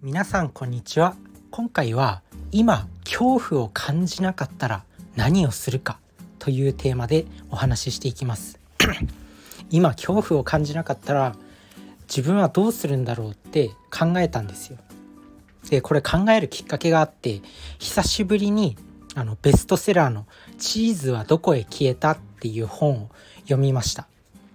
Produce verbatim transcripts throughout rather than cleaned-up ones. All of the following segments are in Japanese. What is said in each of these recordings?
皆さんこんにちは。今回は今恐怖を感じなかったら何をするかというテーマでお話ししていきます今恐怖を感じなかったら自分はどうするんだろうって考えたんですよ。でこれ考えるきっかけがあって、久しぶりにあのベストセラーのチーズはどこへ消えたっていう本を読みました。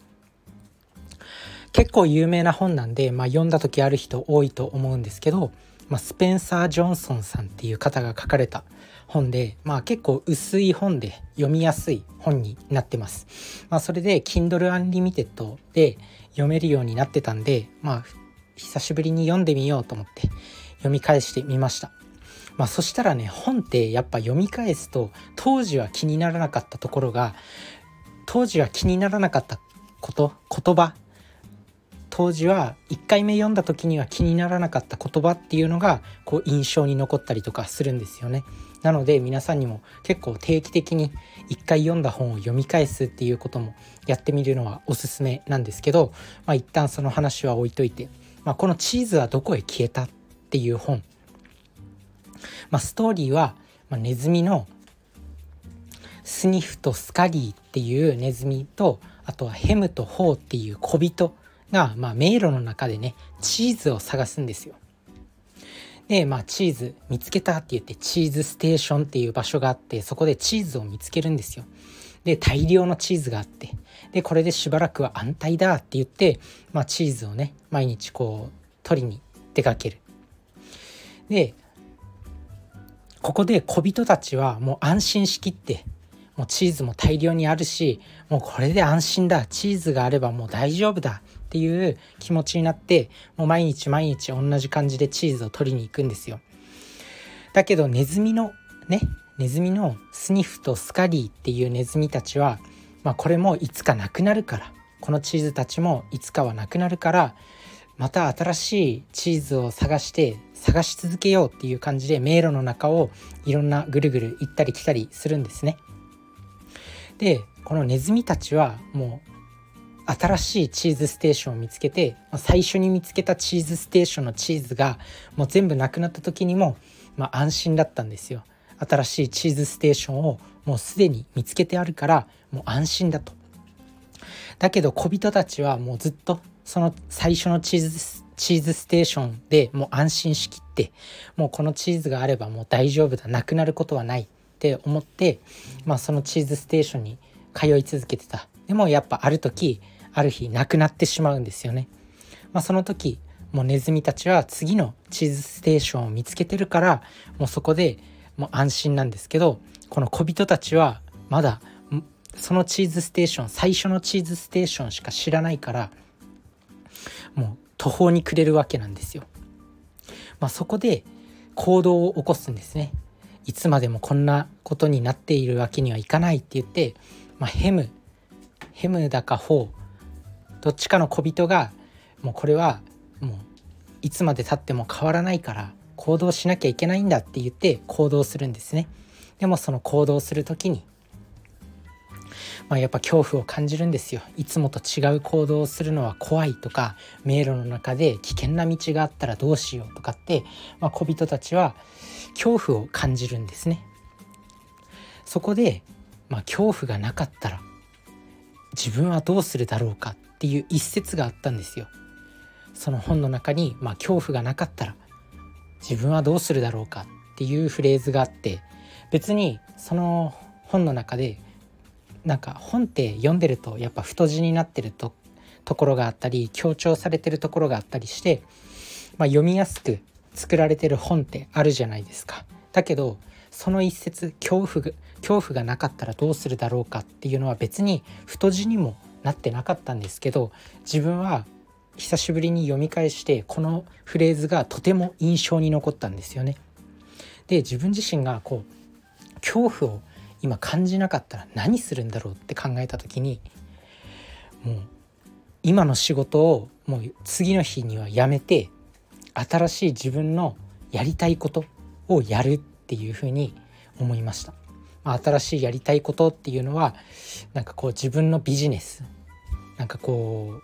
結構有名な本なんで、まあ、読んだ時ある人多いと思うんですけど、まあ、スペンサー・ジョンソンさんっていう方が書かれた本で、まあ、結構薄い本で読みやすい本になってます。まあ、それで Kindle Unlimited で読めるようになってたんで、まあ、久しぶりに読んでみようと思って読み返してみました。まあ、そしたらね、本ってやっぱ読み返すと当時は気にならなかったところが当時は気にならなかったこと言葉当時はいっかいめ読んだ時には気にならなかった言葉っていうのがこう印象に残ったりとかするんですよね。なので皆さんにも結構定期的にいっかい読んだ本を読み返すっていうこともやってみるのはおすすめなんですけど、まあ、一旦その話は置いといて、まあ、このチーズはどこへ消えたっていう本、まあ、ストーリーは、まあ、ネズミのスニフとスカリーっていうネズミと、あとはヘムとホーっていう小人が、まあ、迷路の中でねチーズを探すんですよ。で、まあ、チーズ見つけたって言ってチーズステーションっていう場所があって、そこでチーズを見つけるんですよ。で大量のチーズがあって、でこれでしばらくは安泰だって言って、まあ、チーズをね毎日こう取りに出かける。でここで小人たちはもう安心しきって、もうチーズも大量にあるし、もうこれで安心だ、チーズがあればもう大丈夫だっていう気持ちになって、もう毎日毎日同じ感じでチーズを取りに行くんですよ。だけどネズミのねネズミのスニフとスカリーっていうネズミたちは、まあ、これもいつかなくなるから、このチーズたちもいつかはなくなるから、また新しいチーズを探して探し続けようっていう感じで迷路の中をいろんなぐるぐる行ったり来たりするんですね。でこのネズミたちはもう新しいチーズステーションを見つけて、最初に見つけたチーズステーションのチーズがもう全部なくなった時にも、まあ、安心だったんですよ。新しいチーズステーションをもうすでに見つけてあるからもう安心だと。だけど小人たちはもうずっとその最初のチーズチーズステーションでもう安心しきって、もうこのチーズがあればもう大丈夫だ、なくなることはないって思って、まあ、そのチーズステーションに通い続けてた。でもやっぱある時ある日なくなってしまうんですよね。まあ、その時もうネズミたちは次のチーズステーションを見つけてるから、もうそこでもう安心なんですけど、この小人たちはまだそのチーズステーション、最初のチーズステーションしか知らないから、もう途方に暮れるわけなんですよ。まあ、そこで行動を起こすんですね。いつまでもこんなことになっているわけにはいかないって言って、まあ、ヘムヘムだかホーどっちかの小人が、もうこれはもういつまで経っても変わらないから行動しなきゃいけないんだって言って行動するんですね。でもその行動する時に、まあ、やっぱ恐怖を感じるんですよ。いつもと違う行動をするのは怖いとか、迷路の中で危険な道があったらどうしようとかって、まあ、小人たちは恐怖を感じるんですね。そこで、まあ、恐怖がなかったら自分はどうするだろうかっていう一節があったんですよ。その本の中に、まあ、恐怖がなかったら自分はどうするだろうかっていうフレーズがあって、別にその本の中でなんか本って読んでるとやっぱ太字になってるとところがあったり、強調されてるところがあったりして、まあ、読みやすく作られてる本ってあるじゃないですか。だけどその一節、恐怖が恐怖がなかったらどうするだろうかっていうのは別に太字にもなってなかったんですけど、自分は久しぶりに読み返してこのフレーズがとても印象に残ったんですよね。で自分自身がこう恐怖を今感じなかったら何するんだろうって考えた時に、もう今の仕事をもう次の日にはやめて新しい自分のやりたいことをやるっていうふうに思いました。まあ、新しいやりたいことっていうのはなんかこう自分のビジネス、なんかこう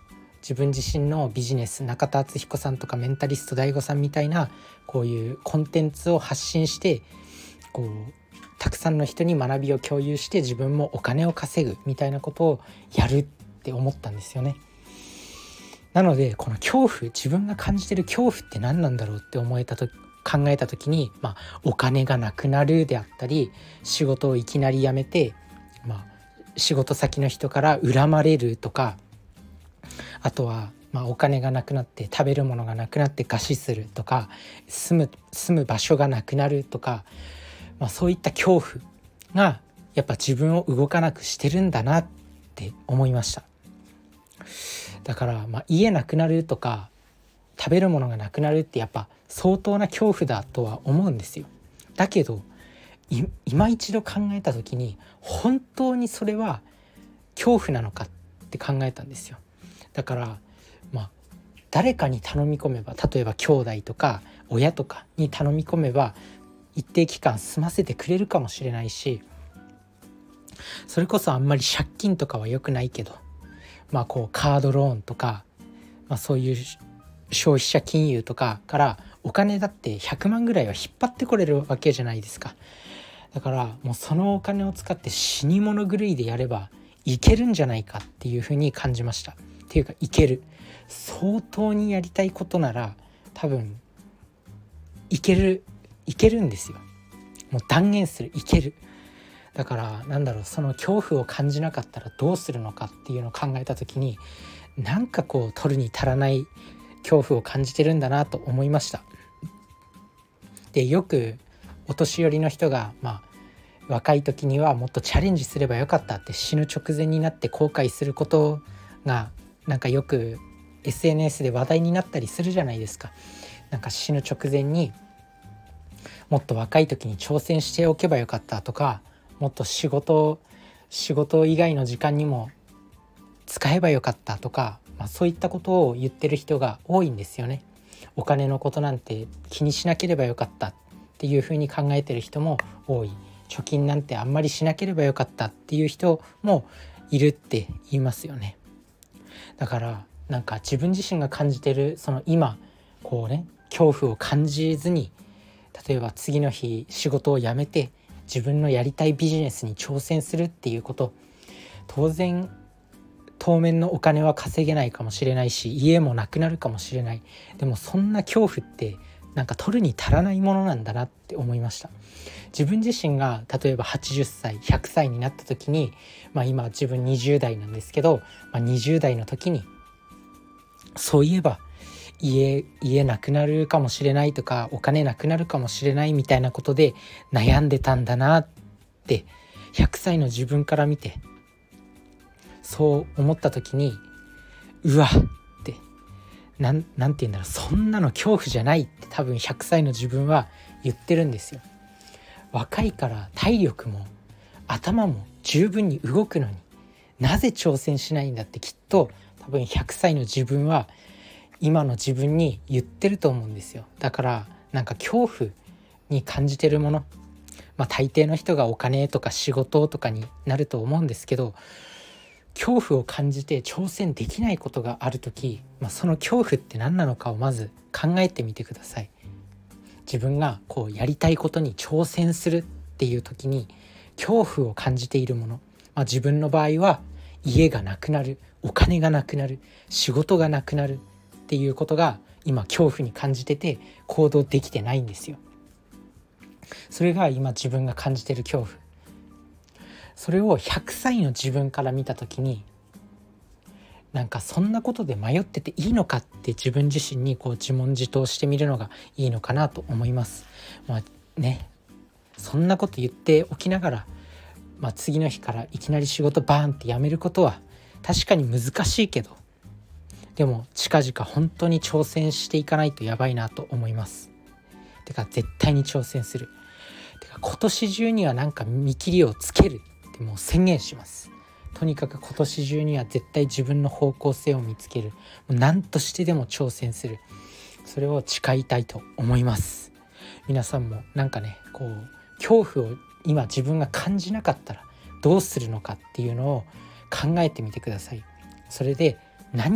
自分自身のビジネス、中田敦彦さんとかメンタリスト ダイゴ さんみたいなこういうコンテンツを発信して、こうたくさんの人に学びを共有して自分もお金を稼ぐみたいなことをやるって思ったんですよね。なのでこの恐怖、自分が感じてる恐怖って何なんだろうって思えたと考えた時に、まあ、お金がなくなるであったり、仕事をいきなり辞めて、まあ、仕事先の人から恨まれるとか、あとはまあお金がなくなって食べるものがなくなって餓死するとか、住む住む場所がなくなるとか、まあ、そういった恐怖がやっぱ自分を動かなくしてるんだなって思いました。だからまあ家なくなるとか食べるものがなくなるってやっぱ相当な恐怖だとは思うんですよ。だけど今一度考えた時に本当にそれは恐怖なのかって考えたんですよ。だからまあ誰かに頼み込めば、例えば兄弟とか親とかに頼み込めば一定期間済ませてくれるかもしれないし、それこそあんまり借金とかは良くないけど、まあこうカードローンとか、まあ、そういう消費者金融とかからお金だってひゃくまんぐらいは引っ張ってこれるわけじゃないですか。だからもうそのお金を使って死に物狂いでやればいけるんじゃないかっていうふうに感じました。っていうかいける、相当にやりたいことなら多分いけるいけるんですよ。もう断言する、いける。だからなんだろう、その恐怖を感じなかったらどうするのかっていうのを考えた時に、なんかこう取るに足らない恐怖を感じてるんだなと思いました。でよくお年寄りの人がまあ若い時にはもっとチャレンジすればよかったって死ぬ直前になって後悔することがなんかよく エスエヌエス で話題になったりするじゃないですか。なんか死ぬ直前にもっと若い時に挑戦しておけばよかったとか、もっと仕事仕事以外の時間にも使えばよかったとか、まあ、そういったことを言ってる人が多いんですよね。お金のことなんて気にしなければよかったっていうふうに考えてる人も多い。貯金なんてあんまりしなければよかったっていう人もいるって言いますよね。だからなんか自分自身が感じてるその今こうね恐怖を感じずに、例えば次の日仕事を辞めて自分のやりたいビジネスに挑戦するっていうこと、当然当面のお金は稼げないかもしれないし、家もなくなるかもしれない。でもそんな恐怖ってなんか取るに足らないものなんだなって思いました。自分自身が例えばはちじゅっさいひゃくさいになった時に、まあ、今自分にじゅう代なんですけど、まあ、にじゅう代の時にそういえば家家なくなるかもしれないとかお金なくなるかもしれないみたいなことで悩んでたんだなってひゃくさいの自分から見てそう思った時に、うわってなん、なんて言うんだろう、そんなの恐怖じゃないって多分ひゃくさいの自分は言ってるんですよ。若いから体力も頭も十分に動くのになぜ挑戦しないんだってきっと多分ひゃくさいの自分は今の自分に言ってると思うんですよ。だからなんか恐怖に感じてるもの、まあ大抵の人がお金とか仕事とかになると思うんですけど、恐怖を感じて挑戦できないことがあるとき、まあ、その恐怖って何なのかをまず考えてみてください。自分がこうやりたいことに挑戦するっていう時に恐怖を感じているもの、まあ、自分の場合は家がなくなる、お金がなくなる、仕事がなくなるっていうことが今恐怖に感じてて行動できてないんですよ。それが今自分が感じている恐怖。それをひゃくさいの自分から見た時に、なんかそんなことで迷ってていいのかって自分自身にこう自問自答してみるのがいいのかなと思います。まあね、そんなこと言っておきながら、まあ、次の日からいきなり仕事バーンって辞めることは確かに難しいけど、でも近々本当に挑戦していかないとやばいなと思います。てか絶対に挑戦する。てか今年中にはなんか見切りをつけるってもう宣言します。とにかく今年中には絶対自分の方向性を見つける。もう何としてでも挑戦する。それを誓いたいと思います。皆さんもなんかね、こう恐怖を今自分が感じなかったらどうするのかっていうのを考えてみてください。それで何を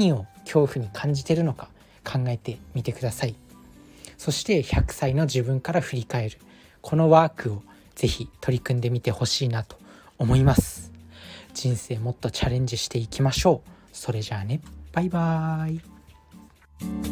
恐怖に感じているのか考えてみてください。そしてひゃくさいの自分から振り返る、このワークをぜひ取り組んでみてほしいなと思います。人生もっとチャレンジしていきましょう。それじゃあね、バイバーイ。